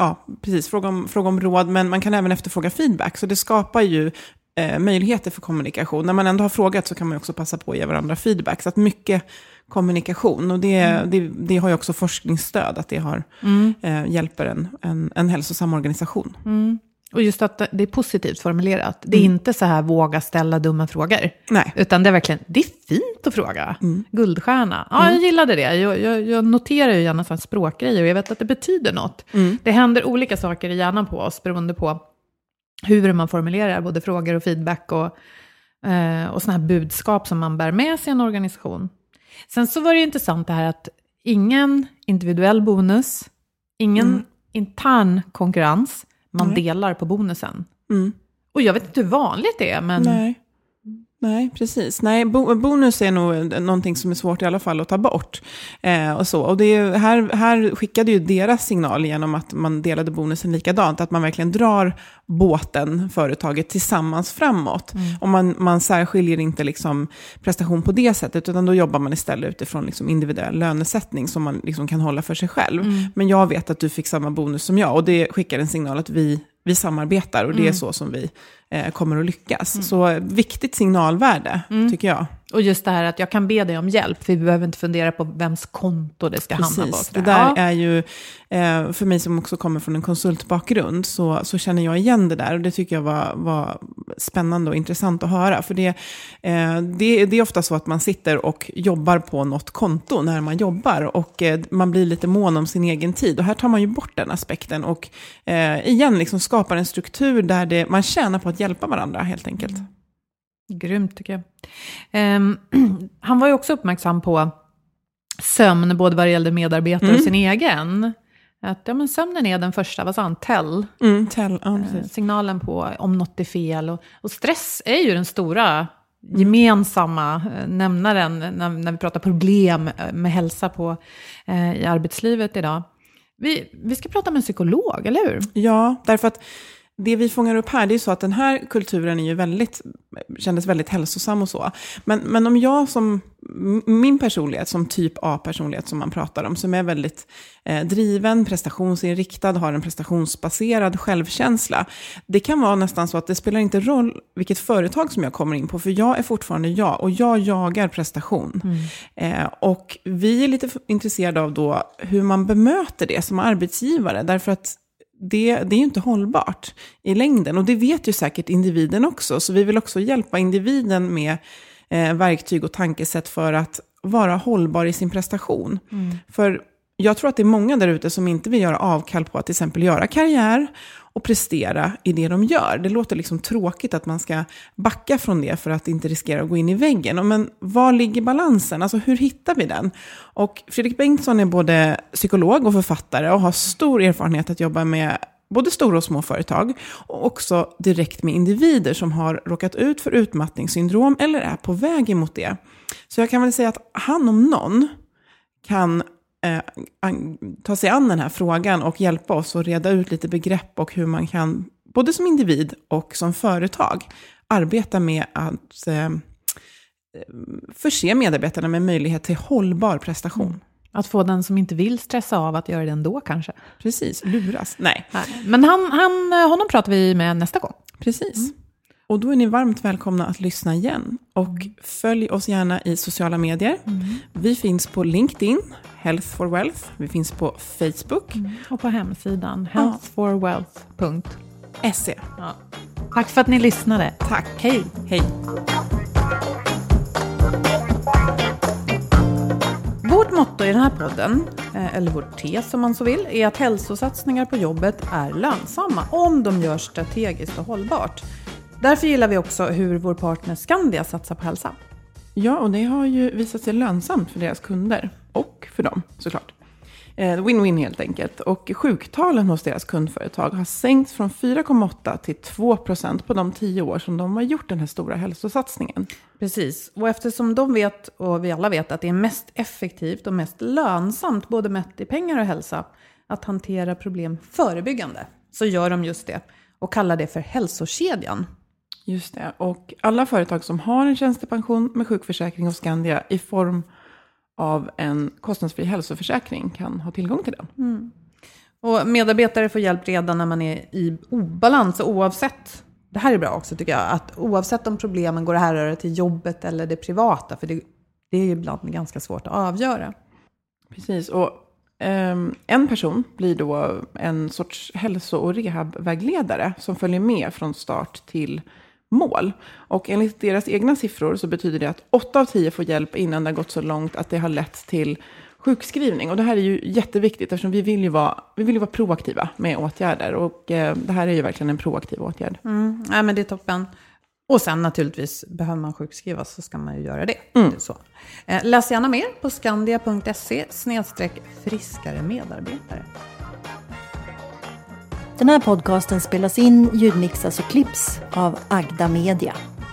D: om råd, men man kan även efterfråga feedback. Så det skapar ju möjligheter för kommunikation. När man ändå har frågat så kan man också passa på att ge varandra feedback. Så att mycket kommunikation, och det har ju också forskningsstöd, att det har hjälper en hälsosam organisation.
E: Och just att det är positivt formulerat. Det är inte så här våga ställa dumma frågor.
D: Nej.
E: Utan det är verkligen, det är fint att fråga. Guldstjärna. Ja, jag gillade det. Jag noterar ju gärna sådana språkgrejer och jag vet att det betyder något. Det händer olika saker i hjärnan på oss beroende på hur man formulerar både frågor och feedback och sådana här budskap som man bär med sig i en organisation. Sen så var det intressant det här att ingen individuell bonus, ingen intern konkurrens, man delar på bonusen. Och jag vet inte hur vanligt det är, men...
D: Nej, precis. Nej, bonus är nog någonting som är svårt i alla fall att ta bort. Och så. Och det är, här skickade ju deras signal genom att man delade bonusen likadant. Att man verkligen drar företaget tillsammans framåt. Och man särskiljer inte liksom prestation på det sättet, utan då jobbar man istället utifrån liksom individuell lönesättning som man liksom kan hålla för sig själv. Men jag vet att du fick samma bonus som jag, och det skickar en signal att vi samarbetar, och det är så som vi kommer att lyckas. Så viktigt signalvärde, tycker jag.
E: Och just det här att jag kan be dig om hjälp, för vi behöver inte fundera på vems konto det ska hamna på.
D: Det där är ju, för mig som också kommer från en konsultbakgrund, så känner jag igen det där, och det tycker jag var spännande och intressant att höra. För det är ofta så att man sitter och jobbar på något konto när man jobbar, och man blir lite mån om sin egen tid. Och här tar man ju bort den aspekten och igen liksom skapar en struktur där man tjänar på att hjälpa varandra helt enkelt.
E: Grymt tycker jag. Han var ju också uppmärksam på sömn, både vad det gällde medarbetare och sin egen. Att sömnen är den första, vad sa han? Tell. Signalen på om något är fel. Och stress är ju den stora gemensamma nämnaren när vi pratar problem med hälsa i arbetslivet idag. Vi ska prata med en psykolog, eller hur?
D: Ja, därför att det vi fångar upp här, det är så att den här kulturen är ju kändes väldigt hälsosam och så. Men om jag som, min personlighet som typ A-personlighet som man pratar om, som är väldigt driven, prestationsinriktad, har en prestationsbaserad självkänsla. Det kan vara nästan så att det spelar inte roll vilket företag som jag kommer in på, för jag är fortfarande jag och jag jagar prestation. Och vi är lite intresserade av då hur man bemöter det som arbetsgivare, därför att det är ju inte hållbart i längden. Och det vet ju säkert individen också. Så vi vill också hjälpa individen med verktyg och tankesätt för att vara hållbar i sin prestation. För jag tror att det är många där ute som inte vill göra avkall på att till exempel göra karriär och prestera i det de gör. Det låter liksom tråkigt att man ska backa från det för att inte riskera att gå in i väggen. Men var ligger balansen? Alltså hur hittar vi den? Och Fredrik Bengtsson är både psykolog och författare och har stor erfarenhet att jobba med både stora och små företag och också direkt med individer som har råkat ut för utmattningssyndrom eller är på väg emot det. Så jag kan väl säga att han om någon kan ta sig an den här frågan och hjälpa oss att reda ut lite begrepp och hur man kan, både som individ och som företag, arbeta med att förse medarbetarna med möjlighet till hållbar prestation.
E: Att få den som inte vill stressa av att göra det ändå kanske.
D: Precis, luras. Nej.
E: Men honom pratar vi med nästa gång.
D: Precis. Och då är ni varmt välkomna att lyssna igen. Och följ oss gärna i sociala medier. Vi finns på LinkedIn, Health for Wealth. Vi finns på Facebook.
E: Och på hemsidan, healthforwealth.se. Ja. Tack för att ni lyssnade.
D: Tack.
E: Hej.
D: Hej.
E: Vårt motto i den här podden, eller vårt tes som man så vill, är att hälsosatsningar på jobbet är lönsamma om de görs strategiskt och hållbart. Därför gillar vi också hur vår partner Skandia satsar på hälsa.
D: Ja, och det har ju visat sig lönsamt för deras kunder och för dem såklart. Win-win helt enkelt. Och sjuktalen hos deras kundföretag har sänkts från 4,8 till 2% på de 10 år som de har gjort den här stora hälsosatsningen.
E: Precis, och eftersom de vet och vi alla vet att det är mest effektivt och mest lönsamt, både mätt i pengar och hälsa, att hantera problem förebyggande, så gör de just det och kallar det för hälsokedjan.
D: Just det, och alla företag som har en tjänstepension med sjukförsäkring hos Skandia i form av en kostnadsfri hälsoförsäkring kan ha tillgång till den.
E: Och medarbetare får hjälp redan när man är i obalans, oavsett, det här är bra också tycker jag, att oavsett om problemen går att härröra till jobbet eller det privata, för det är ibland ganska svårt att avgöra.
D: Precis, och en person blir då en sorts hälso- och rehabvägledare som följer med från start till mål. Och enligt deras egna siffror så betyder det att 8 av 10 får hjälp innan det har gått så långt att det har lett till sjukskrivning. Och det här är ju jätteviktigt eftersom vi vill ju vara proaktiva med åtgärder. Och det här är ju verkligen en proaktiv åtgärd.
E: Ja, men det är toppen. Och sen naturligtvis, behöver man sjukskrivas så ska man ju göra det. Så. Läs gärna mer på skandia.se/friskare medarbetare.
G: Den här podcasten spelas in, ljudmixas och klipps av Agda Media.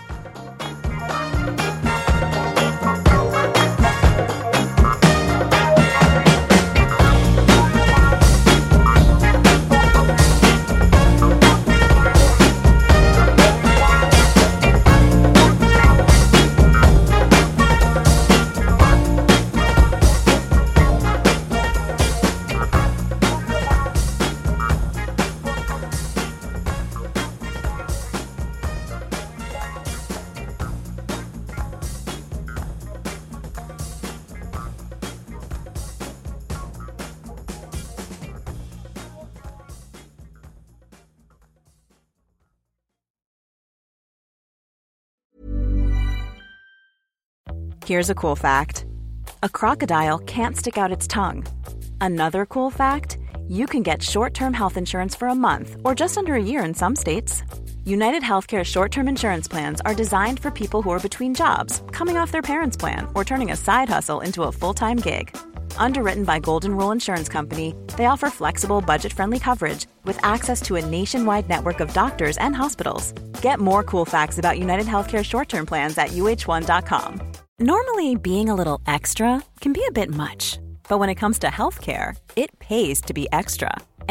B: Here's a cool fact. A crocodile can't stick out its tongue. Another cool fact, you can get short-term health insurance for a month or just under a year in some states. United Healthcare short-term insurance plans are designed for people who are between jobs, coming off their parents' plan, or turning a side hustle into a full-time gig. Underwritten by Golden Rule Insurance Company, they offer flexible, budget-friendly coverage with access to a nationwide network of doctors and hospitals. Get more cool facts about United Healthcare short-term plans at uh1.com. Normally, being a little extra can be a bit much, but when it comes to healthcare, it pays to be extra.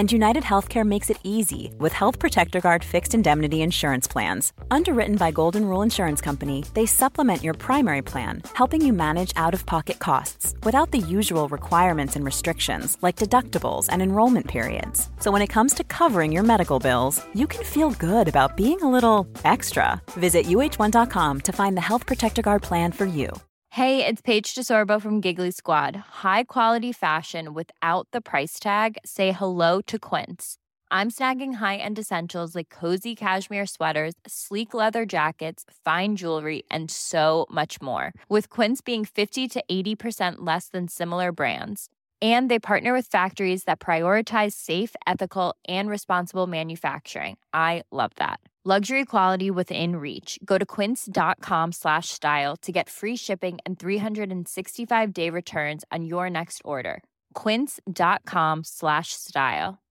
B: And United Healthcare makes it easy with Health Protector Guard fixed indemnity insurance plans. Underwritten by Golden Rule Insurance Company, they supplement your primary plan, helping you manage out-of-pocket costs without the usual requirements and restrictions like deductibles and enrollment periods. So when it comes to covering your medical bills, you can feel good about being a little extra. Visit uh1.com to find the Health Protector Guard plan for you.
H: Hey, it's Paige DeSorbo from Giggly Squad. High quality fashion without the price tag. Say hello to Quince. I'm snagging high-end essentials like cozy cashmere sweaters, sleek leather jackets, fine jewelry, and so much more. With Quince being 50 to 80% less than similar brands. And they partner with factories that prioritize safe, ethical, and responsible manufacturing. I love that. Luxury quality within reach. Go to quince.com/style to get free shipping and 365-day returns on your next order. Quince.com/style.